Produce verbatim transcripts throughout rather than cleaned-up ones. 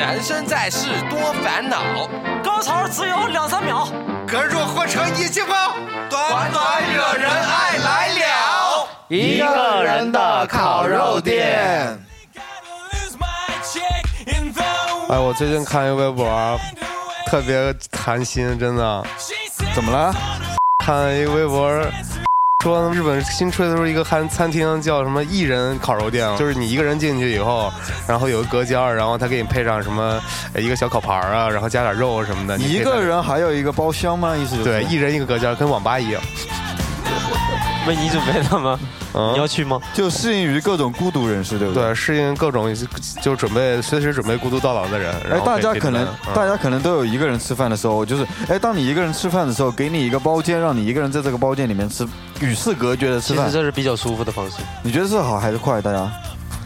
男生在世多烦恼， 高潮只有两三秒， 可若换成一气泡，短短惹人爱来了。 一个人的烤肉店。 哎，我最近看一微博，特别寒心，真的。 怎么了？ 看一微博。说日本新推出一个餐餐厅叫什么一人烤肉店，就是你一个人进去以后，然后有个隔间，然后他给你配上什么一个小烤盘啊，然后加点肉什么的。 一个人还有一个包厢吗？意思就是对，一人一个隔间，跟网吧一样。 为你准备的吗？嗯、你要去吗？ 就适应于各种孤独人士，对不对？ 对，适应各种就准备随时准备孤独到老的人。 哎，大家可能、嗯、大家可能都有一个人吃饭的时候，就是哎，当你一个人吃饭的时候，给你一个包间，让你一个人在这个包间里面吃，与世隔绝的吃饭。 其实这是比较舒服的方式。 你觉得是好还是坏？大家？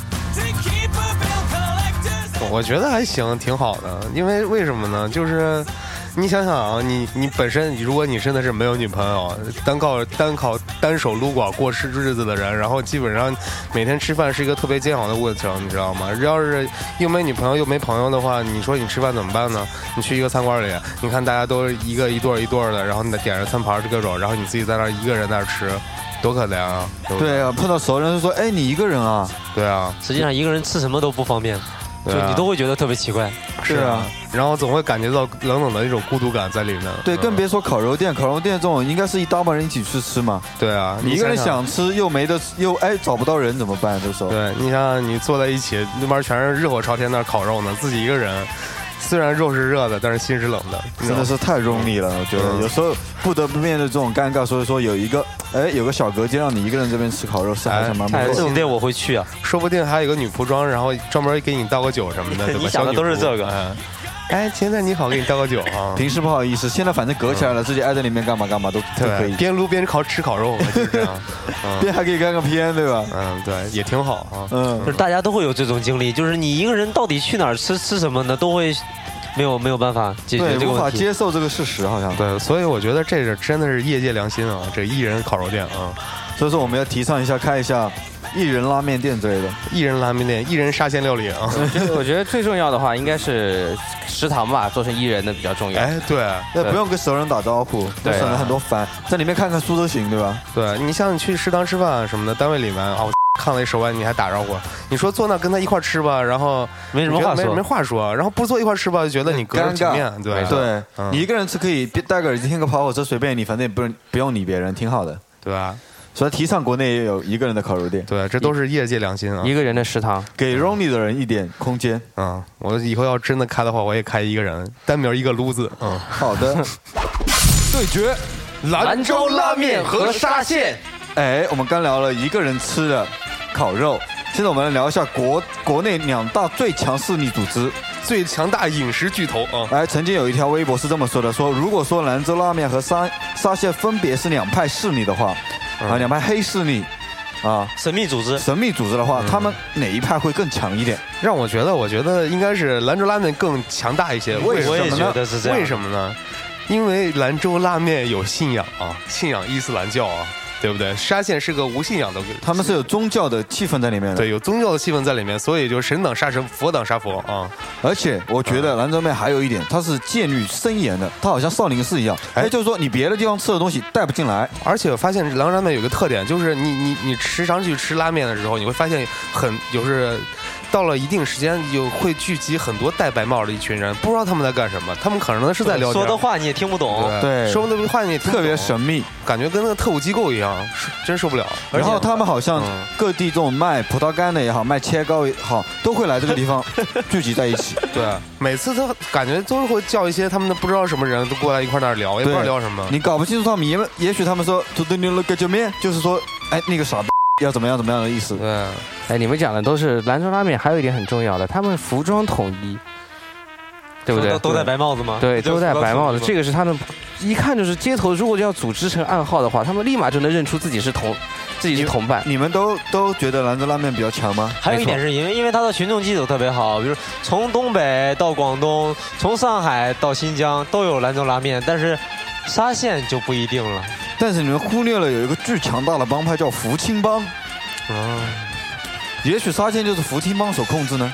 我觉得还行，挺好的。因为为什么呢？就是你想想啊，你你本身，如果你真的是没有女朋友，单靠单靠单手撸管过日日子的人，然后基本上每天吃饭是一个特别煎熬的过程，你知道吗？要是又没女朋友又没朋友的话，你说你吃饭怎么办呢？你去一个餐馆里，你看大家都一个一对一对的，然后你点着餐盘各种，然后你自己在那一个人在那吃。多可怜啊！对, 对啊，碰到熟人就说：“哎，你一个人啊？” 对啊， 实际上一个人吃什么都不方便，就你都会觉得特别奇怪。 是啊，然后总会感觉到冷冷的一种孤独感在里面。 对，更别说烤肉店，烤肉店这种应该是一大帮人一起去吃嘛。 对啊， 你一个人想吃又没得又哎找不到人怎么办？这时候， 对你想想，你坐在一起，那边全是热火朝天那烤肉呢，自己一个人。虽然肉是热的，但是心是冷的， 真的是太用力了。我觉得、嗯、有时候不得不面对这种尴尬，所以说有一个哎有个小隔间让你一个人这边吃烤肉是还是蛮不错。 这种店我会去啊， 说不定还有一个女仆装，然后专门给你倒个酒什么的。对吧？ 你想的都是这个。 嗯哎，现在你好，给你倒个酒啊！ 平时不好意思，现在反正隔起来了，嗯、自己挨在里面干嘛干嘛都都可以， 边撸边烤吃烤肉，就是这样， 嗯、边还可以干个片，对吧？ 嗯，对，也挺好啊。 嗯，就是大家都会有这种经历，就是你一个人到底去哪儿吃吃什么呢，都会没有没有办法解决这个问题， 无法接受这个事实，好像对，所以我觉得这是真的是业界良心啊，这一人烤肉店啊， 所以说我们要提倡一下，开一下。一人拉面店之类的， 一人拉面店，一人沙县料理啊！ 我觉得最重要的话应该是食堂吧，做成一人的比较重要。 哎，对， 那不用跟熟人打招呼，对，省了很多烦，在里面看看书都行，对吧？ 对，你像你去食堂吃饭什么的，单位里面啊，我看了一手腕，你还打招呼，你说坐那跟他一块吃吧，然后没什么话说， 没没话说，然后不坐一块吃吧，就觉得你隔着层面，对对，你一个人吃可以戴个耳机听个跑火车，随便你，反正也不不用理别人，挺好的， 对吧？ 所以提倡国内也有一个人的烤肉店， 对，这都是业界良心啊！ 一个人的食堂， 给 lonely 的人一点空间。 嗯，我以后要真的开的话，我也开一个人，单名一个撸子。嗯， 好的。对决兰州拉面和沙县。 哎，我们刚聊了一个人吃的烤肉，现在我们来聊一下国国内两大最强势力组织。 最强大饮食巨头啊！ 哎，曾经有一条微博是这么说的：说如果说兰州拉面和沙沙县分别是两派势力的话，啊，两派黑势力，啊， 神秘组织， 神秘组织的话，他们哪一派会更强一点？ 让我觉得，我觉得应该是兰州拉面更强大一些。为什么呢？ 我也觉得是这样。 为什么呢？因为兰州拉面有信仰啊，信仰伊斯兰教啊。对不对？沙县是个无信仰的， 他们是有宗教的气氛在里面的。 对，有宗教的气氛在里面，所以就神挡杀神，佛挡杀佛啊。 而且我觉得兰州面还有一点，它是戒律森严的，它好像少林寺一样。哎，就是说你别的地方吃的东西带不进来。 而且我发现兰州拉面有个特点，就是你你你时常去吃拉面的时候，你会发现很就是到了一定时间，有会聚集很多戴白帽的一群人，不知道他们在干什么，他们可能是在聊天， 说的话你也听不懂， 对， 说的话你也听不懂， 特别神秘， 感觉跟那个特务机构一样，真受不了。 然后他们好像各地这种卖葡萄干的也好，卖切糕也好，都会来这个地方聚集在一起。 对，每次都感觉都是会叫一些他们的不知道什么人都过来一块那儿聊，也不知道聊什么。 你搞不清楚他们，也也许他们说土豆牛肉盖浇面，就是说，哎，那个傻逼要怎么样怎么样的意思。 对， 哎，你们讲的都是兰州拉面，还有一点很重要的，他们服装统一。对不对？ 都戴白帽子吗？ 对，都戴白帽子。这个是他们一看就是街头，如果要组织成暗号的话，他们立马就能认出自己是同自己是同伴。 你们都都觉得兰州拉面比较强吗？ 还有一点是因为因为它的群众基础特别好，比如从东北到广东，从上海到新疆都有兰州拉面，但是沙县就不一定了。 但是你们忽略了有一个巨强大的帮派叫福清帮。 啊， 也许沙县就是福清帮所控制呢。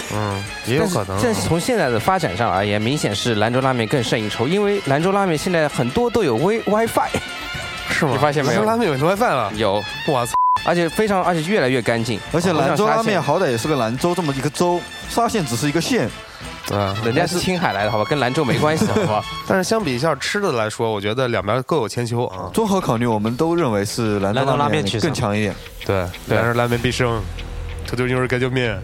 嗯，也有可能。 但是从现在的发展上而言，明显是兰州拉面更胜一筹，因为兰州拉面现在很多都有 Wi WiFi， 是吗？ 你发现没有？ 兰州拉面有 WiFi 了？ 有， 我操！ 而且非常，而且越来越干净。 而且兰州拉面好歹也是个兰州这么一个州，沙县只是一个县。 对， 人家是青海来的，好吧，跟兰州没关系，好不好？ 但是相比一下吃的来说，我觉得两边各有千秋啊。 综合考虑，我们都认为是兰州拉面更强一点。 对，兰州拉面必胜，土豆牛肉盖浇面。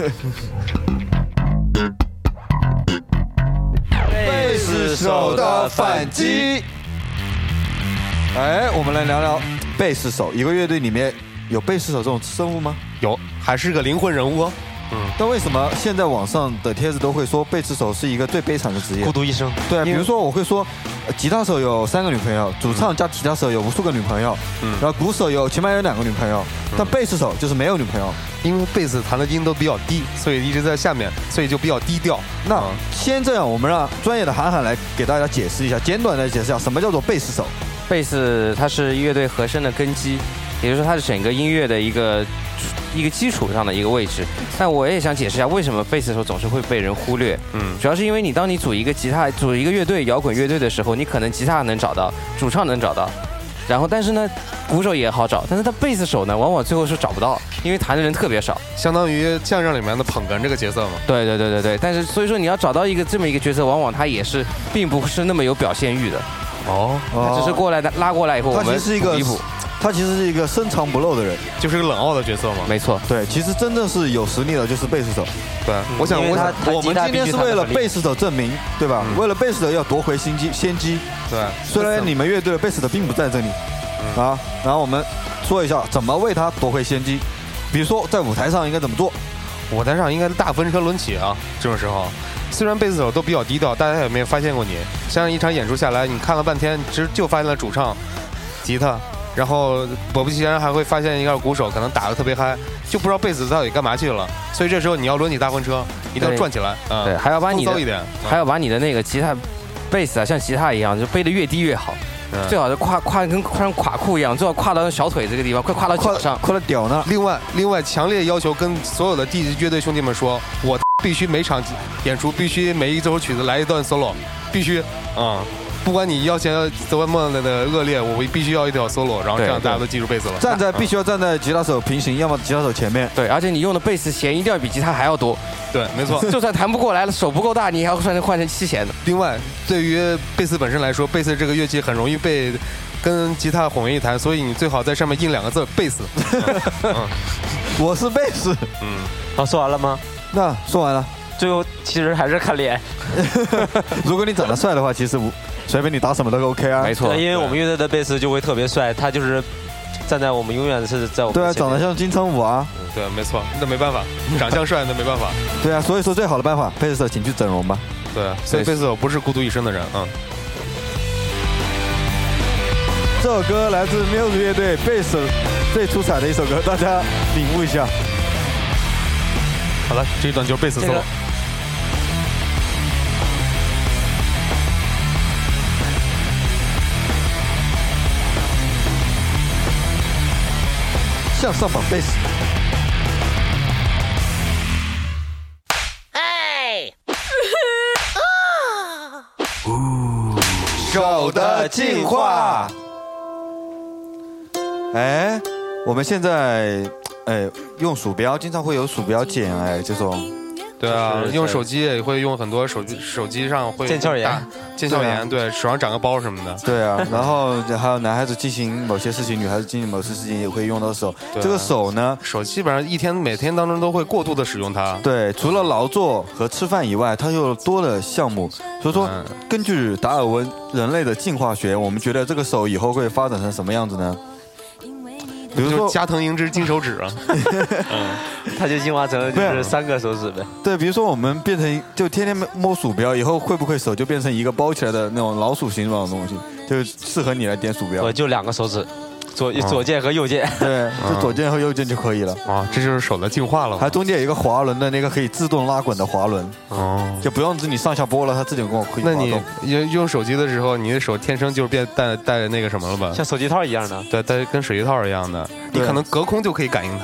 贝斯手的反击。哎，我们来聊聊贝斯手。一个乐队里面有贝斯手这种生物吗？ 有，还是个灵魂人物。 嗯，但为什么现在网上的帖子都会说贝斯手是一个最悲惨的职业， 孤独一生？ 对啊，比如说我会说，吉他手有三个女朋友，主唱加吉他手有无数个女朋友，嗯，然后鼓手有起码有两个女朋友，但贝斯手就是没有女朋友， 因为贝斯弹的音都比较低，所以一直在下面，所以就比较低调。 那先这样，我们让专业的韩寒来给大家解释一下，简短的解释一下什么叫做贝斯手。 贝斯它是乐队和声的根基，也就是说它是整个音乐的一个一个基础上的一个位置。但我也想解释一下，为什么贝斯手总是会被人忽略。嗯，主要是因为你当你组一个吉他、组一个乐队、摇滚乐队的时候，你可能吉他能找到，主唱能找到，然后但是呢，鼓手也好找，但是他贝斯手呢，往往最后是找不到，因为弹的人特别少， 相当于相声里面的捧哏这个角色嘛。 对对对对对，但是所以说你要找到一个这么一个角色，往往他也是并不是那么有表现欲的。哦，他只是过来的拉过来以后，我们补一补。他其实是一个深藏不露的人， 就是个冷傲的角色嘛。 没错， 对，其实真正是有实力的就是贝斯手。 对，我想，我想， 我们今天是为了贝斯手证明，对吧？为了贝斯手要夺回先机，先机。 对， 虽然你们乐队的贝斯手并不在这里，啊，然后我们说一下怎么为他夺回先机，比如说在舞台上应该怎么做。 舞台上应该大风车轮起啊，这种时候。虽然贝斯手都比较低调，大家有没有发现过你？像一场演出下来，你看了半天，其实就发现了主唱、吉他，然后果不其然还会发现一个鼓手可能打得特别嗨，就不知道贝斯到底干嘛去了。所以这时候你要轮起大风车，一定要转起来啊！ 对，还要把你的一点， 还要把你的那个吉他、贝斯啊，像吉他一样，就背得越低越好。最好是跨跨跟穿垮裤一样，最好跨到小腿这个地方，快跨到脚上， 跨到屌呢。 另外，另外强烈要求跟所有的地乐队兄弟们说，我必须每场演出必须每一首曲子来一段 solo， 必须啊、嗯！不管你要想多么的恶劣，我必须要一条 solo， 然后这样大家都记住贝斯了。 站在必须要站在吉他手平行，要么吉他手前面。 对，而且你用的贝斯弦一定要比吉他还要多。 对，没错。 就算弹不过来了，手不够大，你还要换成换成七弦的。 另外，对于贝斯本身来说，贝斯这个乐器很容易被跟吉他混为一谈，所以你最好在上面印两个字“贝斯”。 嗯，我是贝斯。 嗯，好，说完了吗？ 那说完了。 最后其实还是看脸。 如果你长得帅的话，其实随便你打什么都 OK 啊。 没错， 因为我们乐队的贝斯就会特别帅，他就是站在我们永远是在我们对啊，长得像金城武啊。 对，没错，那没办法，长相帅那没办法。 对啊，所以说最好的办法，贝斯手请去整容吧。 对，所以贝斯手不是孤独一生的人啊。嗯， 这首歌来自 Muse 乐队贝斯最出彩的一首歌，大家领悟一下。 好了，这一段就是贝斯 solo。 向上绑贝斯。 哎， 手的进化。哎，我们现在哎用鼠标，经常会有鼠标键哎这种。 对啊，用手机也会用很多手机，手机上会腱鞘炎， 腱鞘炎，对，手上长个包什么的。 对啊，然后还有男孩子进行某些事情，女孩子进行某些事情也会用到手。这个手呢， 手基本上一天每天当中都会过度的使用它。 对，除了劳作和吃饭以外，它有多的项目。所以说，根据达尔文人类的进化学，我们觉得这个手以后会发展成什么样子呢？ 比如说加藤鹰之金手指啊， 嗯，它就进化成就是三个手指呗。 对，比如说我们变成就天天摸鼠标，以后会不会手就变成一个包起来的那种老鼠形状的东西，就适合你来点鼠标？ 我就两个手指，左左键和右键。 对，就左键和右键就可以了。 啊，这就是手的进化了。 还中间有一个滑轮的那个可以自动拉滚的滑轮，哦，就不用你上下拨了，它自己跟我可以滑动。 那你用用手机的时候，你的手天生就是变带带那个什么了吧？ 像手机套一样的。 对，带跟手机套一样的，你可能隔空就可以感应它。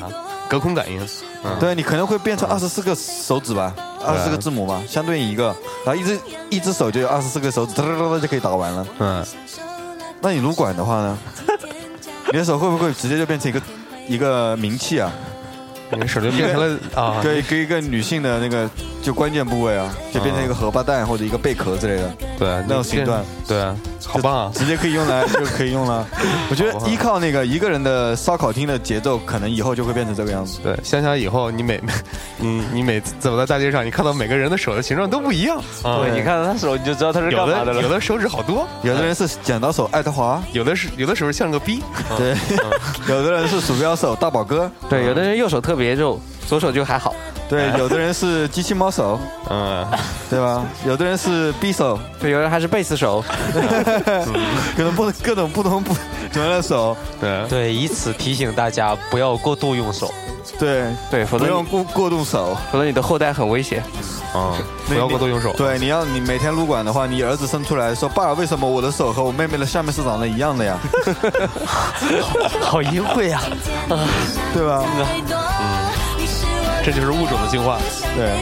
隔空感应。 嗯、对你可能会变成二十四个手指吧，二十四个字母嘛，相对应一个，然后一只一只手就有二十四个手指，哒哒哒就可以打完了。嗯，那你撸管的话呢？你的手会不会直接就变成一个一个名器啊？ 你的手就变成了啊， 对，跟一个女性的那个就关键部位啊，就变成一个荷包蛋或者一个贝壳之类的， 对， 那种形状， 对，好棒啊， 直接可以用来就可以用了。我觉得依靠那个一个人的烧烤厅的节奏，可能以后就会变成这个样子。 对，想想以后你每你你每次走在大街上，你看到每个人的手的形状都不一样。 对，你看到他手你就知道他是干嘛的了。 有的手指好多， 有的人是剪刀手爱德华， 有的是有的手像个逼， 对，有的人是鼠标手大宝哥， 对，有的人右手特别肉。左手就还好， 对，有的人是机器猫手，嗯，对吧？有的人是 B 手， 对，有人还是贝斯手， 各种不各种不同不同的手， 对对，以此提醒大家不要过度用手， 对对，否则不用过过度手， 否则你的后代很危险。 啊，不要过度用手。 对，你要你每天撸管的话，你儿子生出来说：“爸，为什么我的手和我妹妹的下面是长得一样的呀？” 好淫秽呀， 对吧？ 嗯。这就是物种的进化， 对。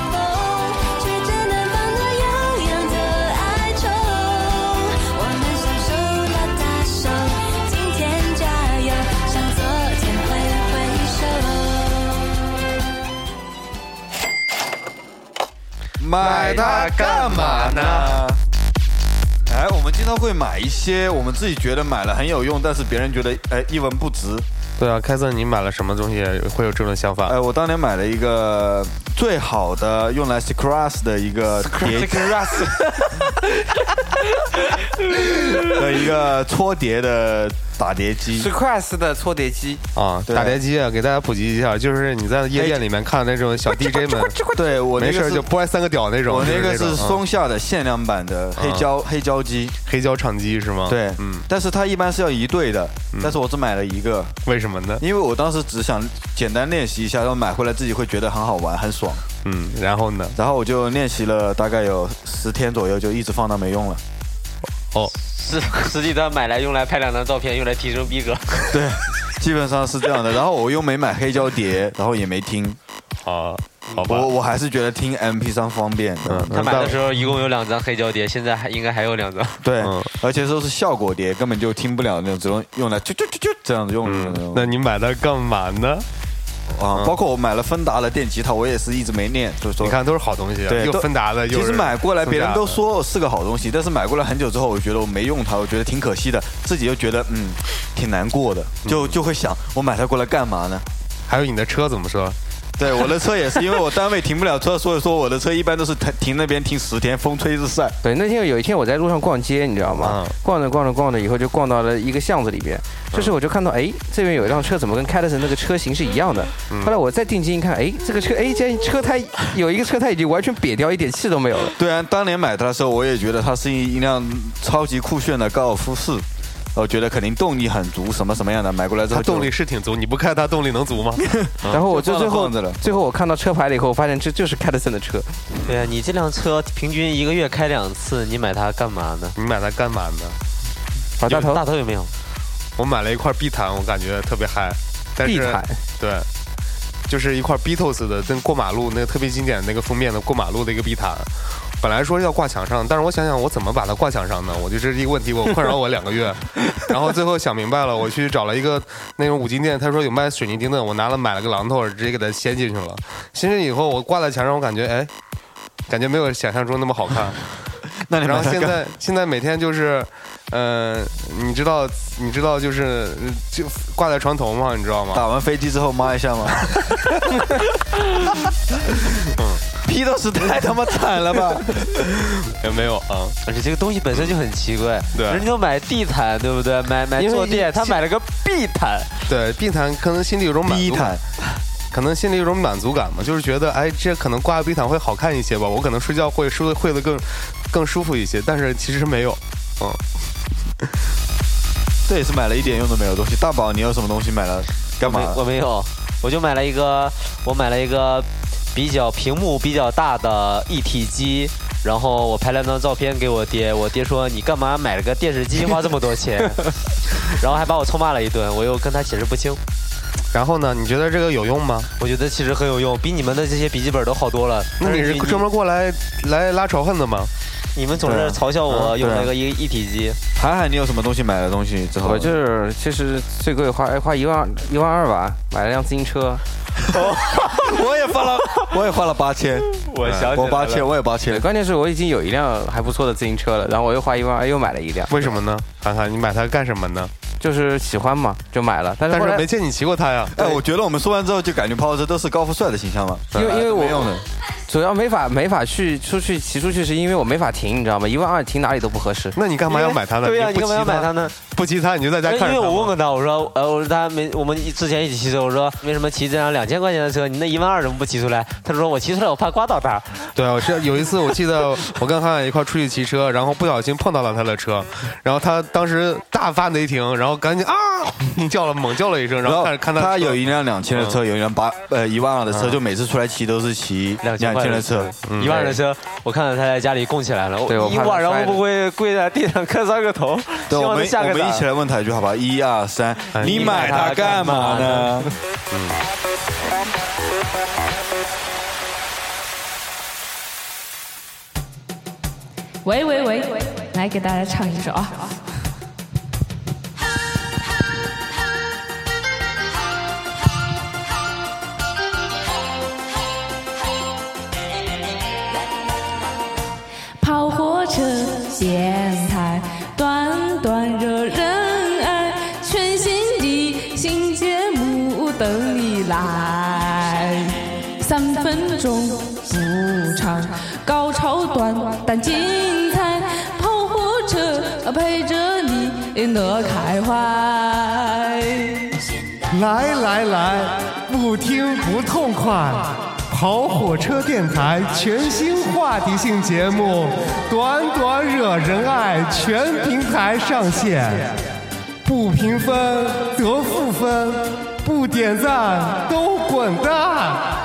买它干嘛呢？哎，我们经常会买一些我们自己觉得买了很有用，但是别人觉得哎一文不值。 对啊，凯瑟，你买了什么东西会有这种想法？ 哎，我当年买了一个最好的用来 scratch 的一个碟的一个搓碟的打碟机 ，scratch 的搓碟机啊，打碟机啊，给大家普及一下，就是你在夜店里面看那种小 D J 们， 对我没事就拨三个屌那种。 我那个是松下的限量版的黑胶黑胶机， 黑胶唱机是吗？ 对，嗯，但是它一般是要一对的，但是我只买了一个， 为什么呢？ 因为我当时只想简单练习一下，然后买回来自己会觉得很好玩，很爽。 嗯，然后呢？ 然后我就练习了大概有十天左右，就一直放到没用了。 哦，实实际上买来用来拍两张照片，用来提升逼格。 对，基本上是这样的。然后我又没买黑胶碟，然后也没听。 啊，好吧。 我我还是觉得听 M P 三方便。 嗯，他买的时候一共有两张黑胶碟，现在还应该还有两张。 对，嗯、而且都是效果碟，根本就听不了那种，只能用来就就就就这样子用。 嗯、那你买它干嘛呢？ 啊，包括我买了芬达的电吉他，我也是一直没练，就是说， 你看都是好东西，对，又芬达的，又其实买过来别人都说是个好东西，但是买过来很久之后，我觉得我没用它，我觉得挺可惜的，自己又觉得嗯挺难过的，就就会想我买它过来干嘛呢？ 还有你的车怎么说？ 对，我的车也是，因为我单位停不了车，所以说我的车一般都是停那边停十天，风吹日晒。 对，那天有一天我在路上逛街，你知道吗？嗯、逛着逛着逛着以后就逛到了一个巷子里边，这时我就看到，哎，这边有一辆车，怎么跟凯特森那个车型是一样的？嗯、后来我再定睛一看，哎，这个车，哎，这车胎有一个车胎已经完全瘪掉，一点气都没有了。 对啊，当年买它的时候，我也觉得它是一辆超级酷炫的高尔夫四。我觉得肯定动力很足，什么什么样的买过来之后， 它动力是挺足，你不开它动力能足吗？ 然后我就最后最后我看到车牌了以后，我发现这就是凯特森的车。 对啊，你这辆车平均一个月开两次，你买它干嘛呢？ 你买它干嘛呢？ 好，大头大头有没有？ 我买了一块碧毯，我感觉特别嗨。 碧毯， 对，就是一块 Beatles 的，跟过马路那个特别经典的那个封面的过马路的一个碧毯。本来说要挂墙上，但是我想想我怎么把它挂墙上呢？我就这是一个问题，我困扰我两个月，然后最后想明白了，我去找了一个那种五金店，他说有卖水泥钉的，我拿了买了个榔头，直接给它掀进去了。掀进去以后，我挂在墙上，我感觉哎，感觉没有想象中那么好看。 那你然后现在现在每天就是，呃，你知道你知道就是就挂在床头吗？你知道吗？ 打完飞机之后抹一下吗？嗯。P 都是太他妈惨了吧？ 也没有啊， 而且这个东西本身就很奇怪。 对， 人家都买地毯，对不对？买买坐垫，他买了个壁毯。 对，壁毯可能心里有种满足感，可能心里有种满足感嘛，就是觉得哎，这可能挂壁毯会好看一些吧，我可能睡觉会睡会的更更舒服一些，但是其实没有，嗯。 这也是买了一点用都没有的东西。大宝，你有什么东西买了？干嘛？ 我没有，我就买了一个，我买了一个。比较屏幕比较大的一体机，然后我拍了张照片给我爹，我爹说你干嘛买了个电视机花这么多钱，然后还把我臭骂了一顿，我又跟他解释不清。 然后呢？你觉得这个有用吗？ 我觉得其实很有用，比你们的这些笔记本都好多了。 那你是专门过来来拉仇恨的吗？ 你们总是嘲笑我用那个一一体机。 海海，你有什么东西买的东西之后？ 我就是其实最贵花花一万一万二吧，买了辆自行车。 我也花了，我也花了八千。 我想我八千，我也八千。 关键是我已经有一辆还不错的自行车了，然后我又花一万二又买了一辆。 为什么呢？涵涵，你买它干什么呢？ 就是喜欢嘛，就买了。但是但是没见你骑过它呀。 哎，我觉得我们说完之后就感觉跑车都是高富帅的形象了。 因为因为我没用的， 主要没法没法去出去骑出去，是因为我没法停，你知道吗？一万二停哪里都不合适。 那你干嘛要买它呢？ 对呀，你干嘛要买它呢？ 不骑它你就在家看着它。 因为我问过他，我说呃，我说他没我们之前一起骑车，我说为什么骑这辆两千块钱的车，你那一万二怎么不骑出来？他说我骑出来我怕刮到他。 对，我是有一次我记得我跟涵涵一块出去骑车，然后不小心碰到了他的车，然后他当时大发雷霆，然后赶紧啊叫了猛叫了一声，然后看着看他他有一辆两千的车，有一辆八呃一万二的车，就每次出来骑都是骑两千的车， 一万二的车，我看到他在家里供起来了， 对， 一晚上会不会跪在地上磕三个头？ 对，我们我们一起来问他一句好吧，一二三，你买它干嘛呢？嗯。 喂喂喂，来给大家唱一首啊！跑火车电台，短短惹人爱，全新的新节目等你来，三分钟不长，高潮短但精彩，跑火车陪着你乐开怀。 来来来，不听不痛快。跑火车电台全新话题性节目，短短惹人爱，全平台上线。不评分得负分，不点赞都滚蛋。